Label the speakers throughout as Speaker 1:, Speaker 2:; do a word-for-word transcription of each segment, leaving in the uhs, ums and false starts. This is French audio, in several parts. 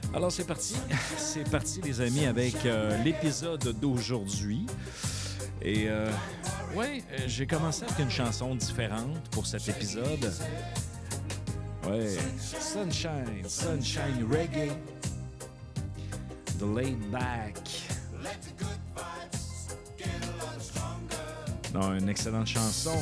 Speaker 1: Alors, c'est parti. C'est parti, les amis, avec euh, l'épisode d'aujourd'hui. Et, euh, ouais, j'ai commencé avec une chanson différente pour cet épisode. Ouais, Sunshine, Sunshine Reggae. The Laid Back. Non, une excellente chanson.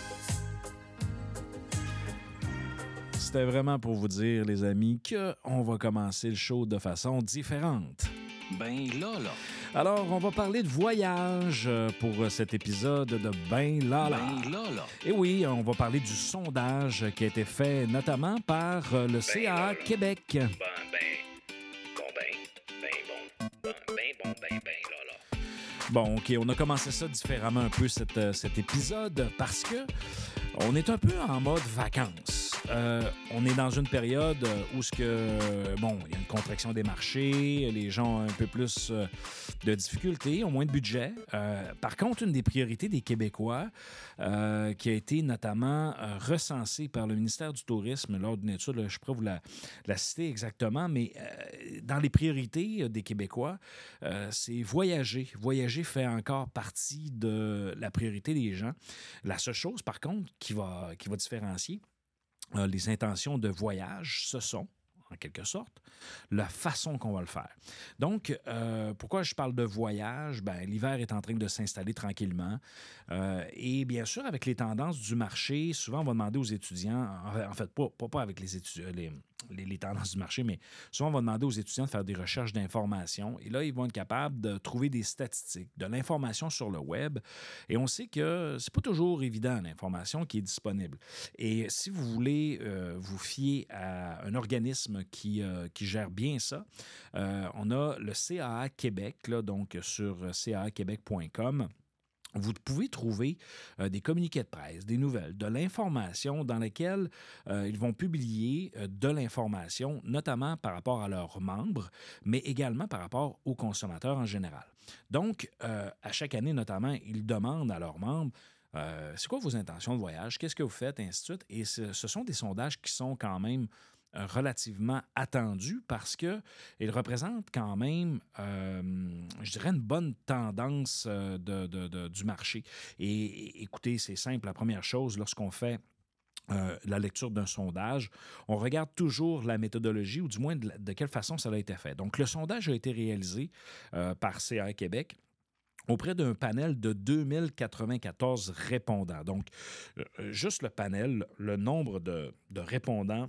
Speaker 1: C'était vraiment pour vous dire, les amis, qu'on va commencer le show de façon différente.
Speaker 2: Ben là, là.
Speaker 1: Alors, on va parler de voyage pour cet épisode de Ben là, là.
Speaker 2: Ben là, là.
Speaker 1: Et oui, on va parler du sondage qui a été fait notamment par le
Speaker 3: Ben
Speaker 1: C A A
Speaker 3: là, là.
Speaker 1: Québec.
Speaker 3: Ben, ben, bon, ben, ben, bon, ben, ben, bon, ben, ben, là, là.
Speaker 1: Bon, OK, on a commencé ça différemment un peu cette, cet épisode parce que on est un peu en mode vacances. Euh, on est dans une période où ce que bon, il y a une contraction des marchés, les gens ont un peu plus euh, de difficultés, ont moins de budget. Euh, par contre, une des priorités des Québécois, euh, qui a été notamment euh, recensée par le ministère du Tourisme lors d'une étude, là, je pourrais vous la, la citer exactement, mais euh, dans les priorités des Québécois, euh, c'est voyager. Voyager fait encore partie de la priorité des gens. La seule chose, par contre, qui va, qui va différencier euh, les intentions de voyage, ce sont, en quelque sorte, la façon qu'on va le faire. Donc, euh, pourquoi je parle de voyage? Ben, l'hiver est en train de s'installer tranquillement. Euh, et bien sûr, avec les tendances du marché, souvent, on va demander aux étudiants, en fait, pas, pas, pas avec les étudiants, les, les, les tendances du marché, mais souvent, on va demander aux étudiants de faire des recherches d'informations. Et là, ils vont être capables de trouver des statistiques, de l'information sur le web. Et on sait que c'est pas toujours évident, l'information qui est disponible. Et si vous voulez euh, vous fier à un organisme qui, euh, qui gère bien ça, euh, on a le C A A Québec, là, donc sur c a a québec point com. Vous pouvez trouver euh, des communiqués de presse, des nouvelles, de l'information dans lesquelles euh, ils vont publier euh, de l'information, notamment par rapport à leurs membres, mais également par rapport aux consommateurs en général. Donc, euh, à chaque année, notamment, ils demandent à leurs membres euh, c'est quoi vos intentions de voyage, qu'est-ce que vous faites, et ainsi de suite. Et ce, ce sont des sondages qui sont quand même relativement attendu parce qu'ils représentent quand même, euh, je dirais, une bonne tendance euh, de, de, de, du marché. Et, et écoutez, c'est simple. La première chose, lorsqu'on fait Euh, la lecture d'un sondage, on regarde toujours la méthodologie ou du moins de, la, de quelle façon ça a été fait. Donc, le sondage a été réalisé euh, par C A A Québec auprès d'un panel de deux mille quatre-vingt-quatorze répondants. Donc, euh, juste le panel, le nombre de, de répondants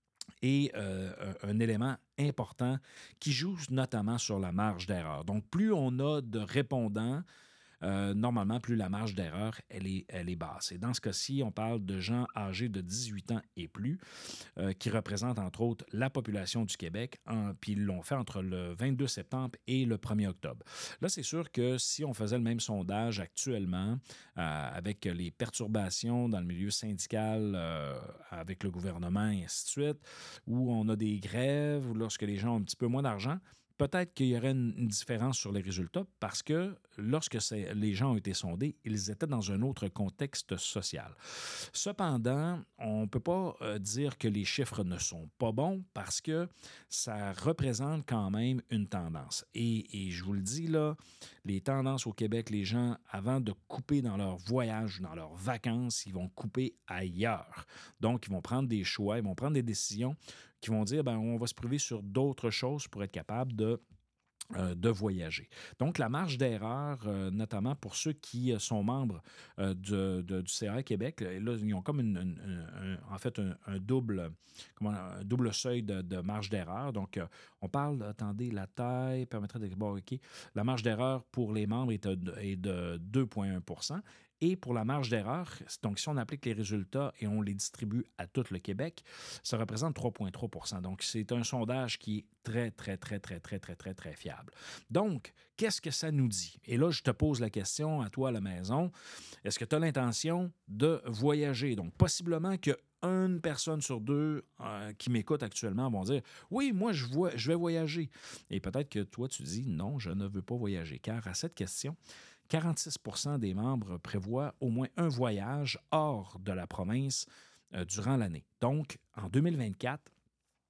Speaker 1: est euh, un, un élément important qui joue notamment sur la marge d'erreur. Donc, plus on a de répondants, Euh, normalement, plus la marge d'erreur, elle est, elle est basse. Et dans ce cas-ci, on parle de gens âgés de dix-huit ans et plus, euh, qui représentent entre autres la population du Québec, en, puis ils l'ont fait entre le vingt-deux septembre et le premier octobre. Là, c'est sûr que si on faisait le même sondage actuellement, euh, avec les perturbations dans le milieu syndical, euh, avec le gouvernement et ainsi de suite, où on a des grèves, ou lorsque les gens ont un petit peu moins d'argent, peut-être qu'il y aurait une, une différence sur les résultats parce que lorsque les gens ont été sondés, ils étaient dans un autre contexte social. Cependant, on ne peut pas euh, dire que les chiffres ne sont pas bons parce que ça représente quand même une tendance. Et, et je vous le dis, là, les tendances au Québec, les gens, avant de couper dans leur voyage, dans leurs vacances, ils vont couper ailleurs. Donc, ils vont prendre des choix, ils vont prendre des décisions qui vont dire, ben, on va se priver sur d'autres choses pour être capable de Euh, de voyager. Donc, la marge d'erreur, euh, notamment pour ceux qui sont membres euh, de, de, du C A A Québec, là, ils ont comme une, une, une, en fait un, un, double, comment, un double seuil de, de marge d'erreur. Donc, euh, on parle, attendez, la taille permettrait de... Bon, OK. La marge d'erreur pour les membres est de, est de deux virgule un pour cent. Et pour la marge d'erreur, donc si on applique les résultats et on les distribue à tout le Québec, ça représente trois virgule trois pour cent. Donc, c'est un sondage qui est très, très, très, très, très, très, très, très fiable. Donc, qu'est-ce que ça nous dit? Et là, je te pose la question à toi à la maison. Est-ce que tu as l'intention de voyager? Donc, possiblement que une personne sur deux euh, qui m'écoute actuellement vont dire « Oui, moi, je, vois, je vais voyager. » Et peut-être que toi, tu dis « Non, je ne veux pas voyager. » Car à cette question, quarante-six pour cent des membres prévoient au moins un voyage hors de la province euh, durant l'année. Donc, en deux mille vingt-quatre,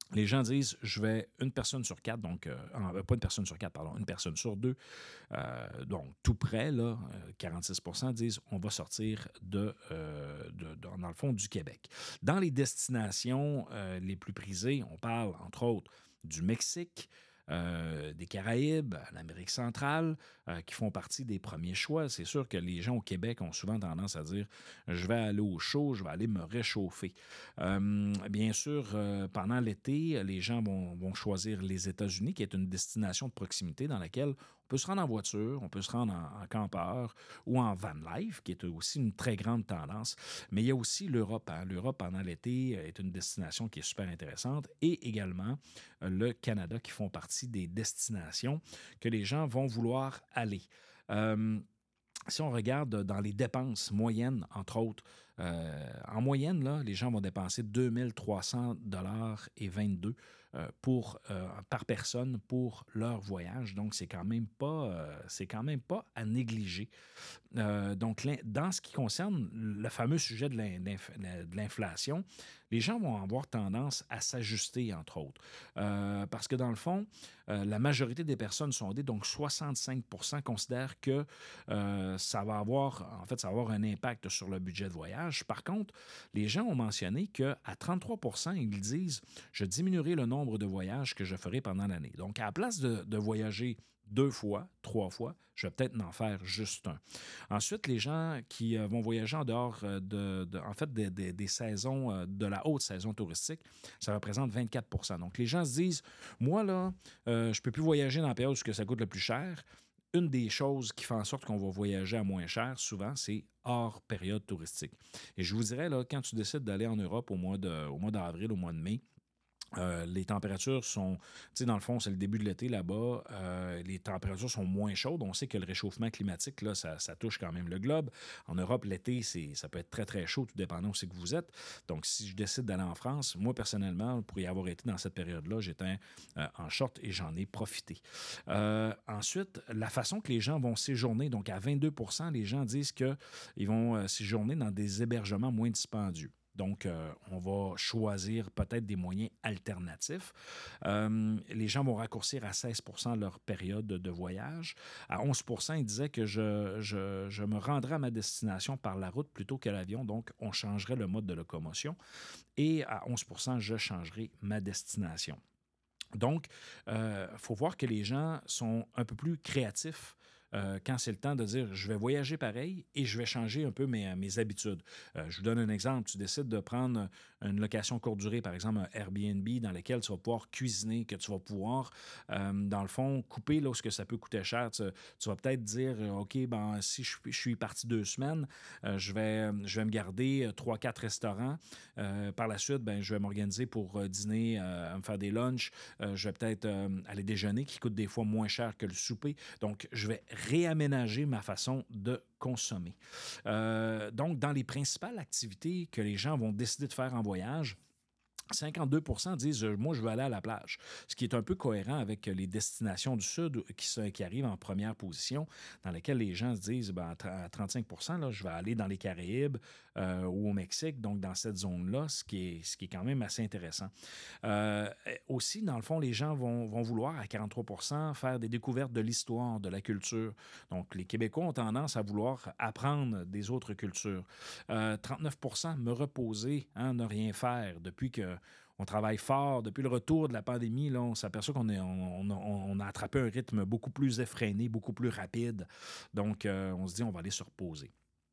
Speaker 1: Les gens disent, je vais une personne sur quatre, donc, euh, pas une personne sur quatre, pardon, une personne sur deux, euh, donc tout près, là, quarante-six pour cent disent, on va sortir de, euh, de, de, dans le fond du Québec. Dans les destinations euh, les plus prisées, on parle, entre autres, du Mexique, Euh, des Caraïbes, l'Amérique centrale, euh, qui font partie des premiers choix. C'est sûr que les gens au Québec ont souvent tendance à dire je vais aller au chaud, je vais aller me réchauffer. Euh, bien sûr, euh, pendant l'été, les gens vont, vont choisir les États-Unis, qui est une destination de proximité dans laquelle on peut se rendre en voiture, on peut se rendre en, en campeur ou en van life, qui est aussi une très grande tendance. Mais il y a aussi l'Europe. Hein. L'Europe, pendant l'été, est une destination qui est super intéressante et également euh, le Canada, qui font partie des destinations que les gens vont vouloir aller. Euh, si on regarde dans les dépenses moyennes, entre autres, euh, en moyenne, là, les gens vont dépenser deux mille trois cents dollars et vingt-deux euh, pour, euh, par personne pour leur voyage. Donc, c'est quand même pas, euh, c'est quand même pas à négliger. Euh, donc, dans ce qui concerne le fameux sujet de l'inflation, les gens vont avoir tendance à s'ajuster, entre autres. Euh, parce que, dans le fond, euh, la majorité des personnes sondées, donc soixante-cinq pour cent, considèrent que euh, ça va avoir, en fait, ça va avoir un impact sur le budget de voyage. Par contre, les gens ont mentionné qu'à trente-trois pour cent, ils disent « Je diminuerai le nombre de voyages que je ferai pendant l'année. » Donc, à la place de, de voyager deux fois, trois fois, je vais peut-être en faire juste un. Ensuite, les gens qui euh, vont voyager en dehors de, de en fait, des, des, des saisons, euh, de la haute saison touristique, ça représente vingt-quatre pour cent. Donc, les gens se disent, moi, là, euh, je ne peux plus voyager dans la période où ça coûte le plus cher. Une des choses qui fait en sorte qu'on va voyager à moins cher, souvent, c'est hors période touristique. Et je vous dirais, là, quand tu décides d'aller en Europe au mois de, au mois d'avril, au mois de mai, Euh, les températures sont, tu sais, dans le fond, c'est le début de l'été là-bas, euh, les températures sont moins chaudes. On sait que le réchauffement climatique, là, ça, ça touche quand même le globe. En Europe, l'été, c'est, ça peut être très, très chaud, tout dépendant où c'est que vous êtes. Donc, si je décide d'aller en France, moi, personnellement, pour y avoir été dans cette période-là, j'étais euh, en short et j'en ai profité. Euh, ensuite, la façon que les gens vont séjourner, donc à vingt-deux pour cent, les gens disent qu'ils vont euh, séjourner dans des hébergements moins dispendieux. Donc, euh, on va choisir peut-être des moyens alternatifs. Euh, les gens vont raccourcir à seize pour cent leur période de voyage. À onze pour cent, ils disaient que je, je, je me rendrais à ma destination par la route plutôt que l'avion. Donc, on changerait le mode de locomotion. Et à onze pour cent, je changerai ma destination. Donc, il euh, faut voir que les gens sont un peu plus créatifs Euh, quand c'est le temps de dire je vais voyager pareil et je vais changer un peu mes, mes habitudes. Euh, je vous donne un exemple. Tu décides de prendre une location courte durée, par exemple un Airbnb, dans lequel tu vas pouvoir cuisiner, que tu vas pouvoir, euh, dans le fond, couper là où ça peut coûter cher. Tu, tu vas peut-être dire OK, ben, si je, je suis parti deux semaines, euh, je, vais, je vais me garder trois, quatre restaurants. Euh, par la suite, ben, je vais m'organiser pour euh, dîner, euh, me faire des lunchs. Euh, je vais peut-être euh, aller déjeuner, qui coûte des fois moins cher que le souper. Donc, je vais réaménager ma façon de consommer. Euh, donc, dans les principales activités que les gens vont décider de faire en voyage, cinquante-deux pour cent disent « Moi, je veux aller à la plage », ce qui est un peu cohérent avec les destinations du Sud qui, qui arrivent en première position, dans lesquelles les gens se disent ben, à trente-cinq pour cent, là, je vais aller dans les Caraïbes euh, ou au Mexique, donc dans cette zone-là, ce qui est, ce qui est quand même assez intéressant. Euh, aussi, dans le fond, les gens vont, vont vouloir, à quarante-trois pour cent, faire des découvertes de l'histoire, de la culture. Donc, les Québécois ont tendance à vouloir apprendre des autres cultures. Euh, trente-neuf pour cent me reposer, hein, ne rien faire, depuis que on travaille fort. Depuis le retour de la pandémie, là, on s'aperçoit qu'on est, on, on, on a attrapé un rythme beaucoup plus effréné, beaucoup plus rapide. Donc, euh, on se dit, on va aller se reposer.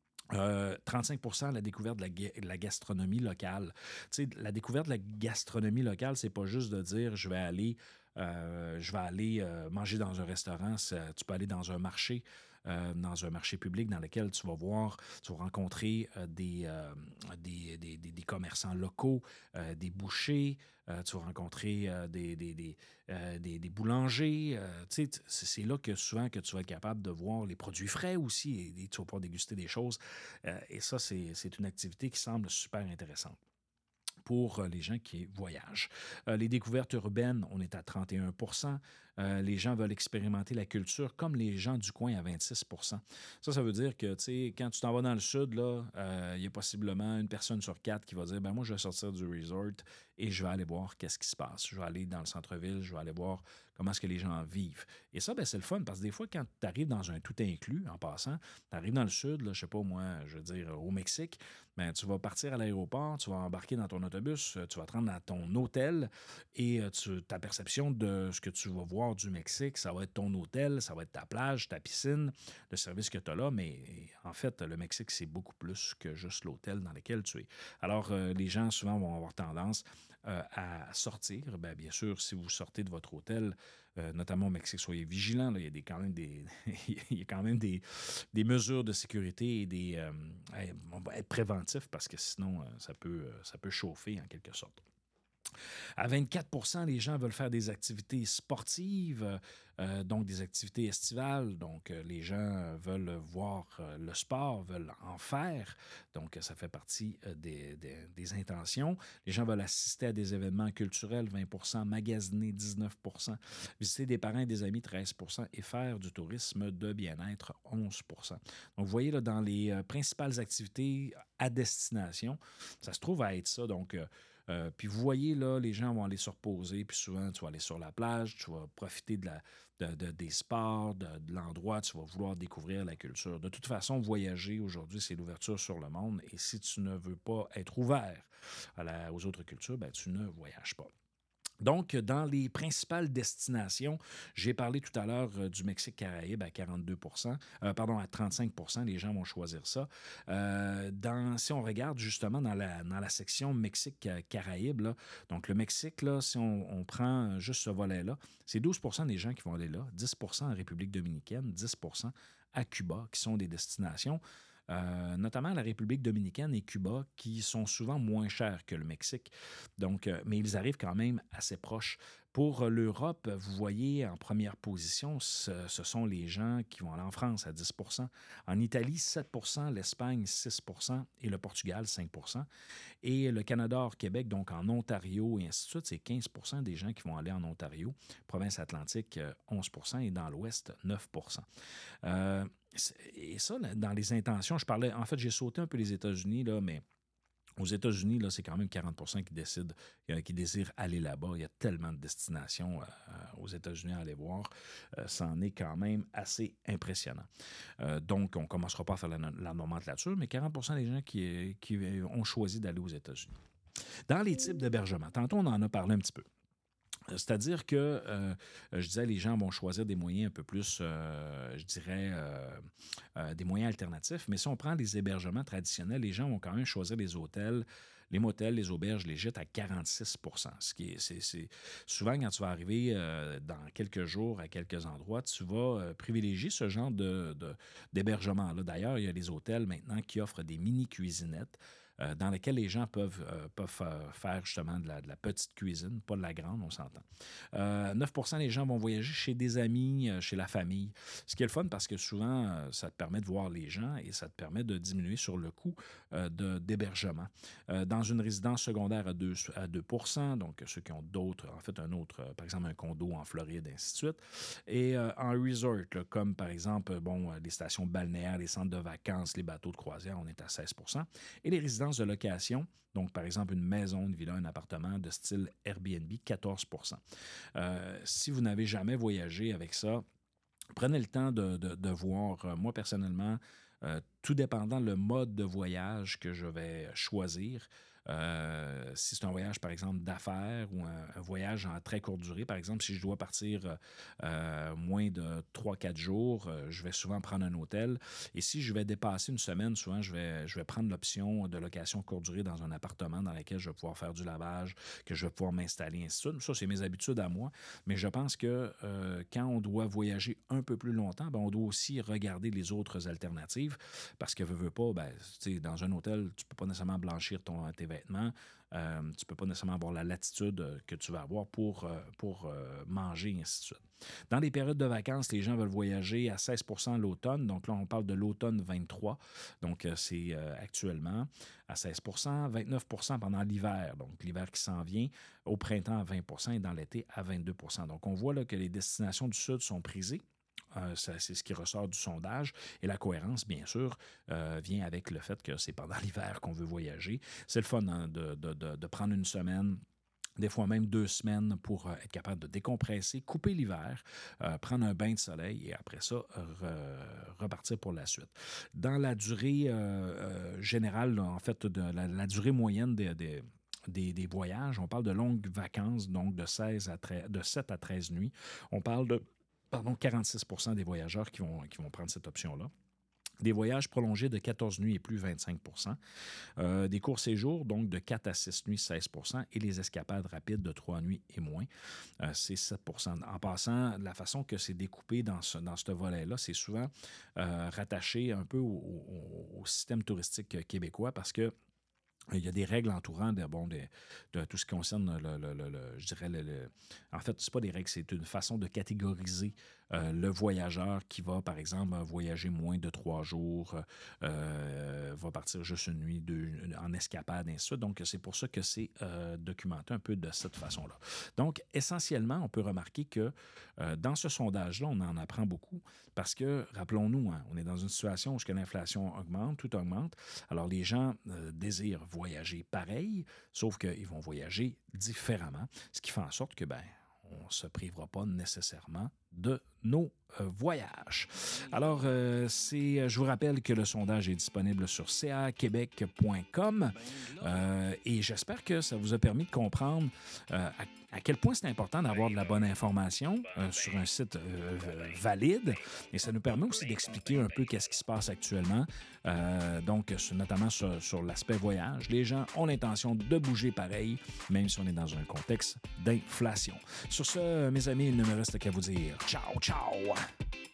Speaker 1: Euh, trente-cinq pour cent la découverte de la, de la gastronomie locale. Tu sais, la découverte de la gastronomie locale, c'est pas juste de dire je vais aller, euh, je vais aller euh, manger dans un restaurant. Ça, tu peux aller dans un marché, euh, dans un marché public dans lequel tu vas voir, tu vas rencontrer euh, des, euh, des, des, des, des commerçants locaux, euh, des bouchers, euh, tu vas rencontrer euh, des, des, des, euh, des, des boulangers. Euh, tu sais, c'est là que souvent que tu vas être capable de voir les produits frais aussi et, et tu vas pouvoir déguster des choses. Euh, et ça, c'est, c'est une activité qui semble super intéressante pour les gens qui voyagent. Euh, les découvertes urbaines, on est à trente et un pour cent. Euh, les gens veulent expérimenter la culture comme les gens du coin à vingt-six pour cent. Ça, ça veut dire que, tu sais, quand tu t'en vas dans le sud, là, euh, il y a possiblement une personne sur quatre qui va dire, ben moi, je vais sortir du resort et je vais aller voir qu'est-ce qui se passe. Je vais aller dans le centre-ville, je vais aller voir comment est-ce que les gens vivent. Et ça, ben, c'est le fun parce que des fois, quand tu arrives dans un tout inclus, en passant, tu arrives dans le sud, là, je sais pas moi, je veux dire, au Mexique, ben, tu vas partir à l'aéroport, tu vas embarquer dans ton autobus, tu vas te rendre à ton hôtel et tu, ta perception de ce que tu vas voir du Mexique, ça va être ton hôtel, ça va être ta plage, ta piscine, le service que tu as là, mais en fait, le Mexique, c'est beaucoup plus que juste l'hôtel dans lequel tu es. Alors, euh, les gens, souvent, vont avoir tendance euh, à sortir. Bien, bien sûr, si vous sortez de votre hôtel, euh, notamment au Mexique, soyez vigilants. Là. Il y a des, quand même, des, il y a quand même des, des mesures de sécurité et des... Euh, on va être préventif parce que sinon, euh, ça, peut, euh, ça peut chauffer en quelque sorte. À vingt-quatre pour cent, les gens veulent faire des activités sportives, euh, donc des activités estivales. Donc, euh, les gens veulent voir euh, le sport, veulent en faire. Donc, ça fait partie euh, des, des, des intentions. Les gens veulent assister à des événements culturels, vingt pour cent, magasiner, dix-neuf pour cent, visiter des parents et des amis, treize pour cent, et faire du tourisme de bien-être, onze pour cent. Donc, vous voyez, là, dans les euh, principales activités à destination, ça se trouve à être ça. Donc, euh, Euh, puis vous voyez, là, les gens vont aller se reposer, puis souvent, tu vas aller sur la plage, tu vas profiter de la, de, de, des sports, de, de l'endroit, tu vas vouloir découvrir la culture. De toute façon, voyager, aujourd'hui, c'est l'ouverture sur le monde, et si tu ne veux pas être ouvert à la, aux autres cultures, ben, tu ne voyages pas. Donc, dans les principales destinations, j'ai parlé tout à l'heure euh, du Mexique-Caraïbes à quarante-deux pour cent, euh, pardon, à trente-cinq pour cent, les gens vont choisir ça. Euh, dans, si on regarde justement dans la, dans la section Mexique-Caraïbes, là, donc le Mexique, là, si on, on prend juste ce volet-là, c'est douze pour cent des gens qui vont aller là, dix pour cent en République dominicaine, dix pour cent à Cuba, qui sont des destinations. Euh, notamment la République dominicaine et Cuba, qui sont souvent moins chers que le Mexique. Donc, euh, mais ils arrivent quand même assez proches. Pour l'Europe, vous voyez, en première position, ce, ce sont les gens qui vont aller en France à dix pour cent, en Italie, sept pour cent, l'Espagne, six pour cent et le Portugal, cinq pour cent. Et le Canada hors Québec, donc en Ontario et ainsi de suite, c'est quinze pour cent des gens qui vont aller en Ontario. Province Atlantique, onze pour cent et dans l'Ouest, neuf pour cent. Euh, et ça, dans les intentions, je parlais, en fait, j'ai sauté un peu les États-Unis, là, mais aux États-Unis, là, c'est quand même quarante pour cent qui décident, euh, qui désirent aller là-bas. Il y a tellement de destinations euh, aux États-Unis à aller voir. Euh, ça en est quand même assez impressionnant. Euh, donc, on ne commencera pas à faire la, la nomenclature, mais quarante pour cent des gens qui, qui ont choisi d'aller aux États-Unis. Dans les types d'hébergement, tantôt, on en a parlé un petit peu. C'est-à-dire que, euh, je disais, les gens vont choisir des moyens un peu plus, euh, je dirais, euh, euh, des moyens alternatifs. Mais si on prend les hébergements traditionnels, les gens vont quand même choisir les hôtels, les motels, les auberges, les gîtes à quarante-six pour cent. Ce qui est, c'est, c'est souvent, quand tu vas arriver euh, dans quelques jours à quelques endroits, tu vas euh, privilégier ce genre de, de, d'hébergement-là. D'ailleurs, il y a les hôtels maintenant qui offrent des mini-cuisinettes euh, dans lesquelles les gens peuvent, euh, peuvent euh, faire justement de la, de la petite cuisine, pas de la grande, on s'entend. Euh, neuf pour cent des gens vont voyager chez des amis, euh, chez la famille. Ce qui est le fun parce que souvent, euh, ça te permet de voir les gens et ça te permet de diminuer sur le coût euh, de, d'hébergement. Euh, dans une résidence secondaire à deux, à deux pour cent, donc ceux qui ont d'autres, en fait, un autre, euh, par exemple, un condo en Floride, ainsi de suite. Et euh, en resort, là, comme par exemple, bon, les stations balnéaires, les centres de vacances, les bateaux de croisière, on est à seize pour cent. Et les résidences de location, donc par exemple une maison, une villa, un appartement de style Airbnb, quatorze pour cent. Euh, si vous n'avez jamais voyagé avec ça, prenez le temps de, de, de voir. Moi, personnellement, euh, tout dépendant le mode de voyage que je vais choisir, euh, si c'est un voyage, par exemple, d'affaires ou un, un voyage en très courte durée, par exemple, si je dois partir euh, moins de trois à quatre jours, euh, je vais souvent prendre un hôtel. Et si je vais dépasser une semaine, souvent, je vais, je vais prendre l'option de location courte durée dans un appartement dans lequel je vais pouvoir faire du lavage, que je vais pouvoir m'installer, ainsi de suite. Ça, c'est mes habitudes à moi. Mais je pense que euh, quand on doit voyager un peu plus longtemps, ben, on doit aussi regarder les autres alternatives parce que, veux, veux pas, ben, dans un hôtel, tu ne peux pas nécessairement blanchir ton, tes vêtements honnêtement, euh, tu ne peux pas nécessairement avoir la latitude que tu vas avoir pour, euh, pour euh, manger, et ainsi de suite. Dans les périodes de vacances, les gens veulent voyager à seize pour cent l'automne. Donc là, on parle de l'automne vingt-trois. Donc, euh, c'est euh, actuellement à seize pour cent, vingt-neuf pour cent pendant l'hiver. Donc, l'hiver qui s'en vient, au printemps à vingt pour cent et dans l'été à vingt-deux pour cent. Donc, on voit là, que les destinations du Sud sont prisées. Euh, ça, c'est ce qui ressort du sondage. Et la cohérence, bien sûr, euh, vient avec le fait que c'est pendant l'hiver qu'on veut voyager. C'est le fun hein, de, de, de, de prendre une semaine, des fois même deux semaines pour euh, être capable de décompresser, couper l'hiver, euh, prendre un bain de soleil et après ça, re- repartir pour la suite. Dans la durée euh, euh, générale, là, en fait, de la, la durée moyenne des, des Des, des voyages. On parle de longues vacances, donc de, seize à treize, de sept à treize nuits. On parle de pardon, quarante-six pour cent des voyageurs qui vont, qui vont prendre cette option-là. Des voyages prolongés de quatorze nuits et plus, vingt-cinq pour cent. Euh, des courts séjours, donc de quatre à six nuits, seize pour cent. Et les escapades rapides de trois nuits et moins, euh, c'est sept pour cent. En passant, la façon que c'est découpé dans ce, dans ce volet-là, c'est souvent euh, rattaché un peu au, au, au système touristique québécois parce que il y a des règles entourant de, bon, de, de tout ce qui concerne, le, le, le, le, je dirais, le, le, en fait, c'est pas des règles, c'est une façon de catégoriser euh, le voyageur qui va, par exemple, voyager moins de trois jours, euh, va partir juste une nuit deux, en escapade, et ainsi de suite. Donc, c'est pour ça que c'est euh, documenté un peu de cette façon-là. Donc, essentiellement, on peut remarquer que euh, dans ce sondage-là, on en apprend beaucoup parce que, rappelons-nous, hein, on est dans une situation où l'inflation augmente, tout augmente. Alors, les gens euh, désirent voyager pareil, sauf qu'ils vont voyager différemment, ce qui fait en sorte que, ben, on ne se privera pas nécessairement de nos euh, voyages. Alors, euh, c'est, je vous rappelle que le sondage est disponible sur c a québec point com euh, et j'espère que ça vous a permis de comprendre euh, à, à quel point c'est important d'avoir de la bonne information euh, sur un site euh, valide et ça nous permet aussi d'expliquer un peu qu'est-ce qui se passe actuellement, euh, donc notamment sur, sur l'aspect voyage. Les gens ont l'intention de bouger pareil, même si on est dans un contexte d'inflation. Sur ce, mes amis, il ne me reste qu'à vous dire ciao, ciao!